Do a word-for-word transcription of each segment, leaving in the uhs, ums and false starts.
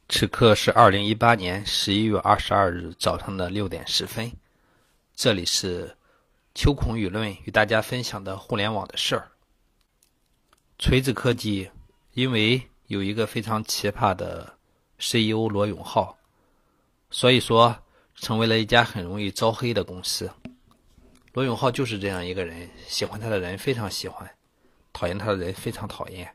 此刻是二零一八年十一月二十二日早上的六点十分，这里是秋孔舆论与大家分享的互联网的事儿。锤子科技因为有一个非常奇葩的 C E O 罗永浩，所以说成为了一家很容易招黑的公司。罗永浩就是这样一个人，喜欢他的人非常喜欢，讨厌他的人非常讨厌。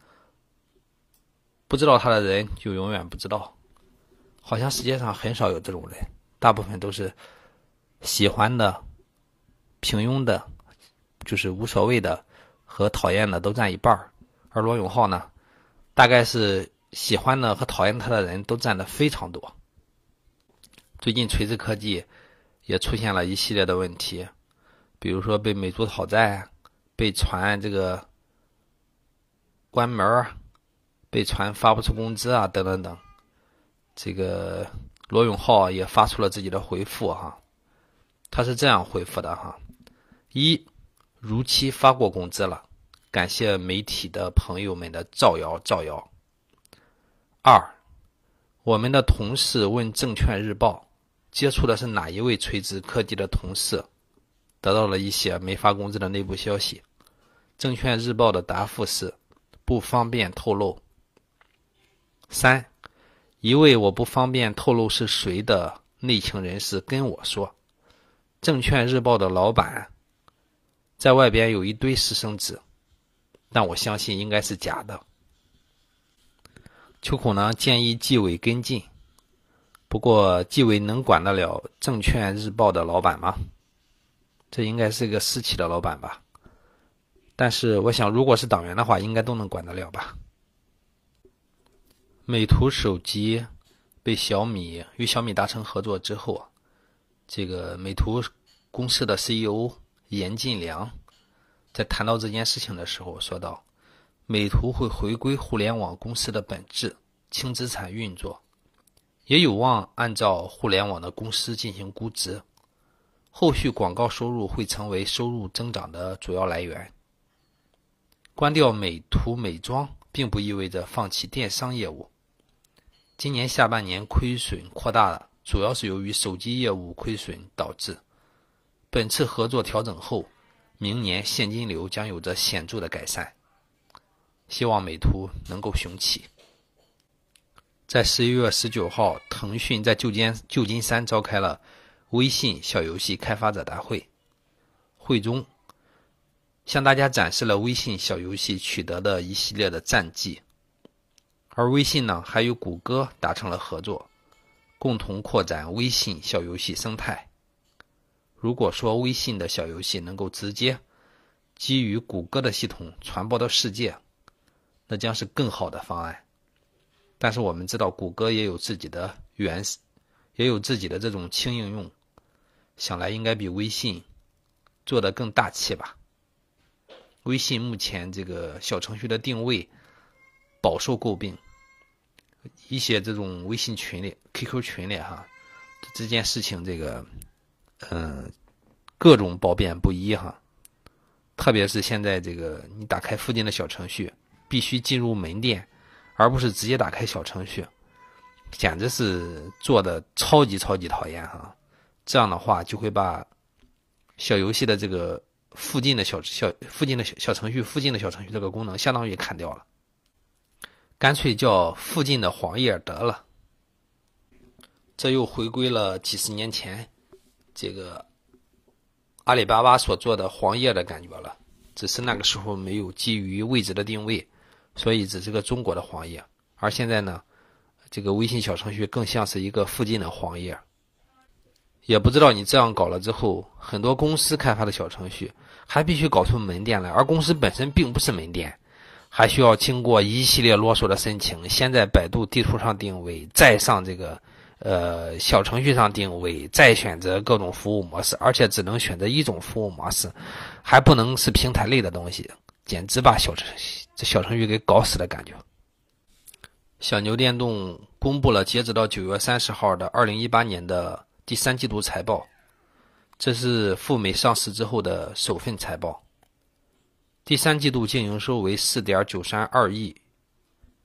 不知道他的人就永远不知道，好像世界上很少有这种人，大部分都是喜欢的、平庸的，就是无所谓的和讨厌的都占一半，而罗永浩呢，大概是喜欢的和讨厌他的人都占的非常多。最近锤子科技也出现了一系列的问题，比如说被美图讨债，被传这个关门，被传发不出工资啊，等等等。这个罗永浩也发出了自己的回复哈，他是这样回复的哈：一，如期发过工资了，感谢媒体的朋友们的造谣造谣。二，我们的同事问证券日报接触的是哪一位锤子科技的同事，得到了一些没发工资的内部消息。证券日报的答复是不方便透露。三，一位我不方便透露是谁的内情人士跟我说，证券日报的老板在外边有一堆私生子，但我相信应该是假的。秋孔呢建议纪委跟进，不过纪委能管得了证券日报的老板吗？这应该是个私企的老板吧，但是我想如果是党员的话应该都能管得了吧。美图手机被小米与小米达成合作之后，这个美图公司的 C E O 严进良在谈到这件事情的时候说道，美图会回归互联网公司的本质，轻资产运作，也有望按照互联网的公司进行估值，后续广告收入会成为收入增长的主要来源。关掉美图美妆并不意味着放弃电商业务，今年下半年亏损扩大了，主要是由于手机业务亏损导致。本次合作调整后，明年现金流将有着显著的改善，希望美图能够雄起。在十一月十九号，腾讯在旧金旧金山召开了微信小游戏开发者大会，会中向大家展示了微信小游戏取得的一系列的战绩。而微信呢，还与谷歌达成了合作，共同扩展微信小游戏生态。如果说微信的小游戏能够直接基于谷歌的系统传播到世界，那将是更好的方案。但是我们知道谷歌也有自己的原也有自己的这种轻应用，想来应该比微信做得更大气吧。微信目前这个小程序的定位饱受诟病，一些这种微信群里 Q Q 群里哈，这件事情这个嗯各种褒贬不一哈。特别是现在这个你打开附近的小程序必须进入门店，而不是直接打开小程序，简直是做的超级超级讨厌哈。这样的话就会把小游戏的这个附近的小小附近的小小程序附近的小程序这个功能相当于砍掉了，干脆叫附近的黄页得了。这又回归了几十年前这个阿里巴巴所做的黄页的感觉了，只是那个时候没有基于位置的定位，所以只是个中国的黄页。而现在呢，这个微信小程序更像是一个附近的黄页。也不知道你这样搞了之后，很多公司开发的小程序还必须搞出门店来，而公司本身并不是门店，还需要经过一系列啰嗦的申请，先在百度地图上定位，再上这个呃小程序上定位，再选择各种服务模式，而且只能选择一种服务模式，还不能是平台类的东西，简直把小程这小程序给搞死的感觉。小牛电动公布了截止到九月三十号的二零一八年的第三季度财报，这是赴美上市之后的首份财报。第三季度净营收为 四点九三二亿，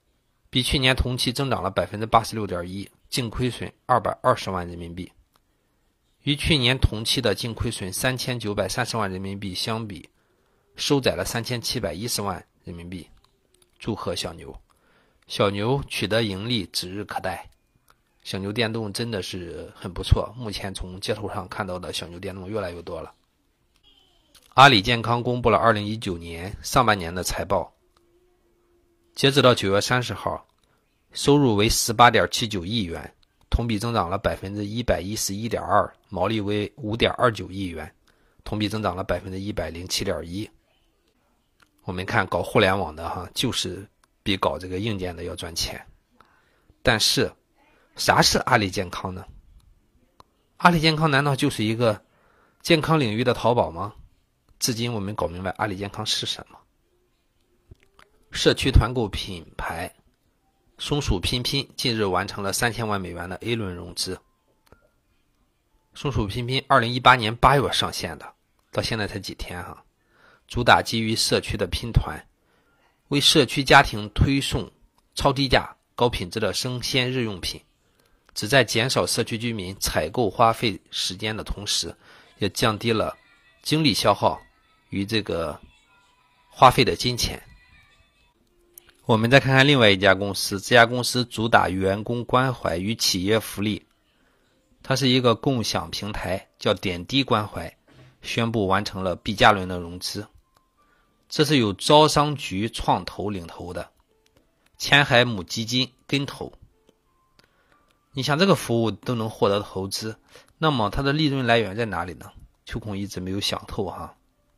比去年同期增长了 百分之八十六点一， 净亏损二百二十万人民币。与去年同期的净亏损三千九百三十万人民币相比，收窄了三千七百一十万人民币。祝贺小牛，小牛取得盈利指日可待。小牛电动真的是很不错，目前从街头上看到的小牛电动越来越多了。阿里健康公布了二零一九年上半年的财报，截止到九月三十号，收入为 十八点七九亿元，同比增长了 百分之一百一十一点二， 毛利为 五点二九亿元，同比增长了 百分之一百零七点一。 我们看搞互联网的哈，就是比搞这个硬件的要赚钱。但是啥是阿里健康呢？阿里健康难道就是一个健康领域的淘宝吗？至今我们搞明白阿里健康是什么。社区团购品牌松鼠拼拼近日完成了三千万美元的 A 轮融资。松鼠拼拼二零一八年八月上线的，到现在才几天哈。主打基于社区的拼团，为社区家庭推送超低价高品质的生鲜日用品，旨在减少社区居民采购花费时间的同时，也降低了精力消耗与这个花费的金钱。我们再看看另外一家公司，这家公司主打员工关怀与企业福利，它是一个共享平台，叫点滴关怀，宣布完成了 B 加轮的融资。这是由招商局创投领投的，前海母基金跟投。你想这个服务都能获得投资，那么它的利润来源在哪里呢？秋空一直没有想透哈。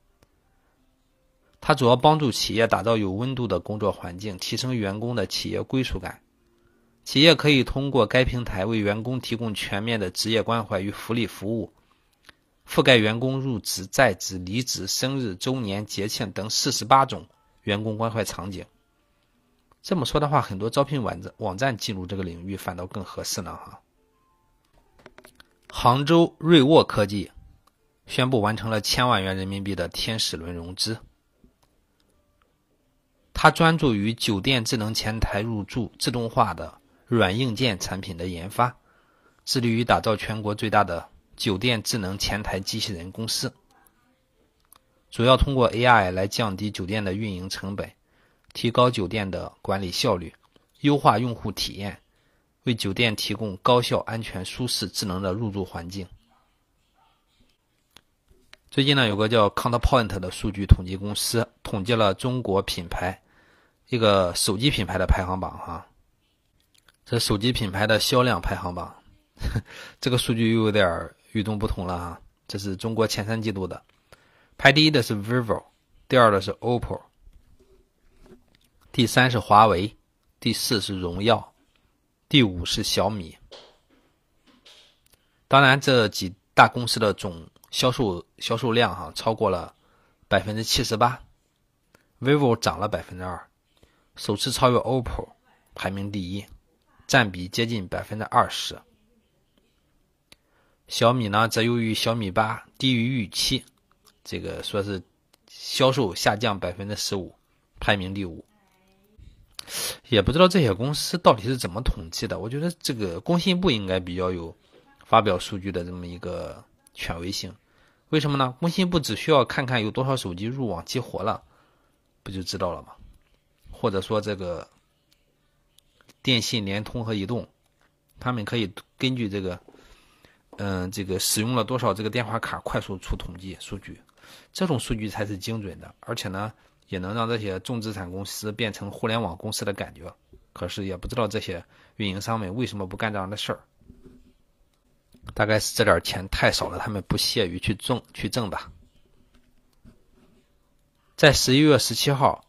它主要帮助企业打造有温度的工作环境，提升员工的企业归属感。企业可以通过该平台为员工提供全面的职业关怀与福利服务，覆盖员工入职、在职、离职、生日、周年、节庆等四十八种员工关怀场景。这么说的话，很多招聘网站网站进入这个领域反倒更合适呢哈。杭州瑞沃科技宣布完成了千万元人民币的天使轮融资。它专注于酒店智能前台入住自动化的软硬件产品的研发，致力于打造全国最大的酒店智能前台机器人公司，主要通过 A I 来降低酒店的运营成本，提高酒店的管理效率，优化用户体验，为酒店提供高效、安全、舒适、智能的入住环境。最近呢，有个叫 Counterpoint 的数据统计公司统计了中国品牌一个手机品牌的排行榜哈，这手机品牌的销量排行榜，这个数据又有点与众不同了哈。这是中国前三季度的，排第一的是 vivo， 第二的是 O P P O， 第三是华为，第四是荣耀，第五是小米。当然，这几大公司的总销售销售量哈超过了 百分之七十八， vivo 涨了 百分之二， 首次超越 O P P O 排名第一，占比接近 百分之二十。 小米呢则由于小米八低于预期，这个说是销售下降 百分之十五， 排名第五。也不知道这些公司到底是怎么统计的，我觉得这个工信部应该比较有发表数据的这么一个权威性。为什么呢？工信部只需要看看有多少手机入网激活了，不就知道了吗？或者说这个电信、联通和移动，他们可以根据这个嗯、呃，这个使用了多少这个电话卡快速出统计数据，这种数据才是精准的，而且呢也能让这些重资产公司变成互联网公司的感觉。可是也不知道这些运营商们为什么不干这样的事儿，大概是这点钱太少了，他们不屑于去挣去挣吧。在十一月十七号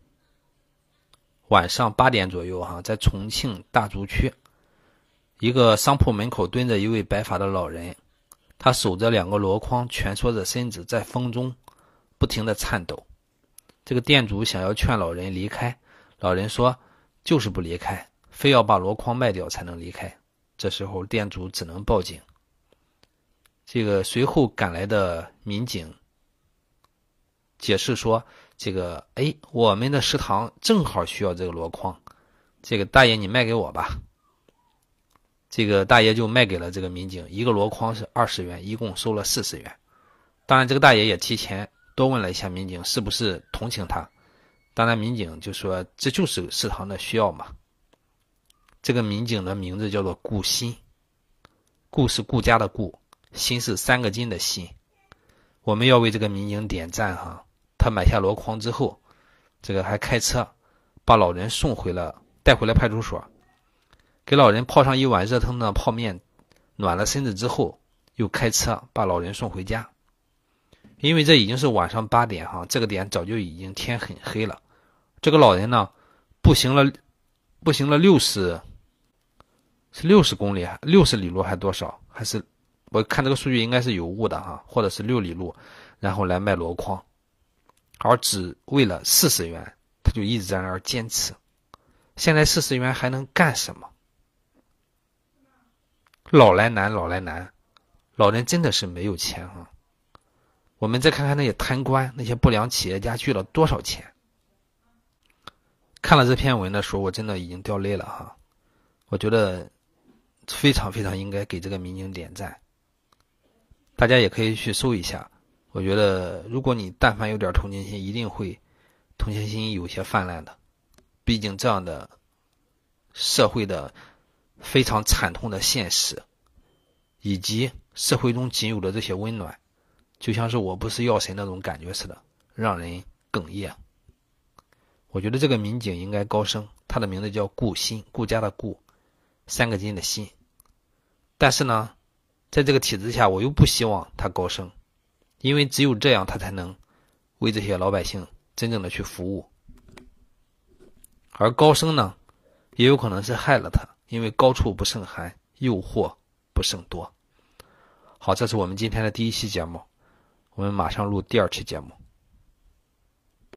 晚上八点左右哈，在重庆大足区，一个商铺门口蹲着一位白发的老人，他手着两个箩筐，蜷缩着身子，在风中不停地颤抖。这个店主想要劝老人离开，老人说就是不离开，非要把箩筐卖掉才能离开。这时候店主只能报警。这个随后赶来的民警解释说，这个哎，我们的食堂正好需要这个箩筐， 这个大爷你卖给我吧。这个大爷就卖给了这个民警，一个箩筐是二十元，一共收了四十元。当然这个大爷也提前多问了一下民警是不是同情他，当然民警就说这就是食堂的需要嘛。这个民警的名字叫做顾鑫，顾是顾家的顾，鑫是三个金的鑫。我们要为这个民警点赞哈，他买下箩筐之后，这个还开车把老人送回了带回了派出所，给老人泡上一碗热腾腾的泡面，暖了身子之后，又开车把老人送回家。因为这已经是晚上八点哈，这个点早就已经天很黑了。这个老人呢，步行了步行了六十是六十公里，六十里路还多少？还是我看这个数据应该是有误的哈，或者是六里路，然后来卖箩筐，而只为了四十元，他就一直在那儿坚持。现在四十元还能干什么？老来难，老来难，老人真的是没有钱啊！我们再看看那些贪官，那些不良企业家去了多少钱。看了这篇文的时候，我真的已经掉泪了哈！我觉得非常非常应该给这个民警点赞。大家也可以去搜一下，我觉得如果你但凡有点同情心，一定会同情心有些泛滥的。毕竟这样的社会的非常惨痛的现实，以及社会中仅有的这些温暖，就像是我不是药神那种感觉似的，让人哽咽。我觉得这个民警应该高升，他的名字叫顾鑫，顾家的顾，三个金的鑫。但是呢，在这个体制下，我又不希望他高升，因为只有这样他才能为这些老百姓真正的去服务。而高升呢，也有可能是害了他，因为高处不胜寒，诱惑不胜多。好，这是我们今天的第一期节目，我们马上录第二期节目。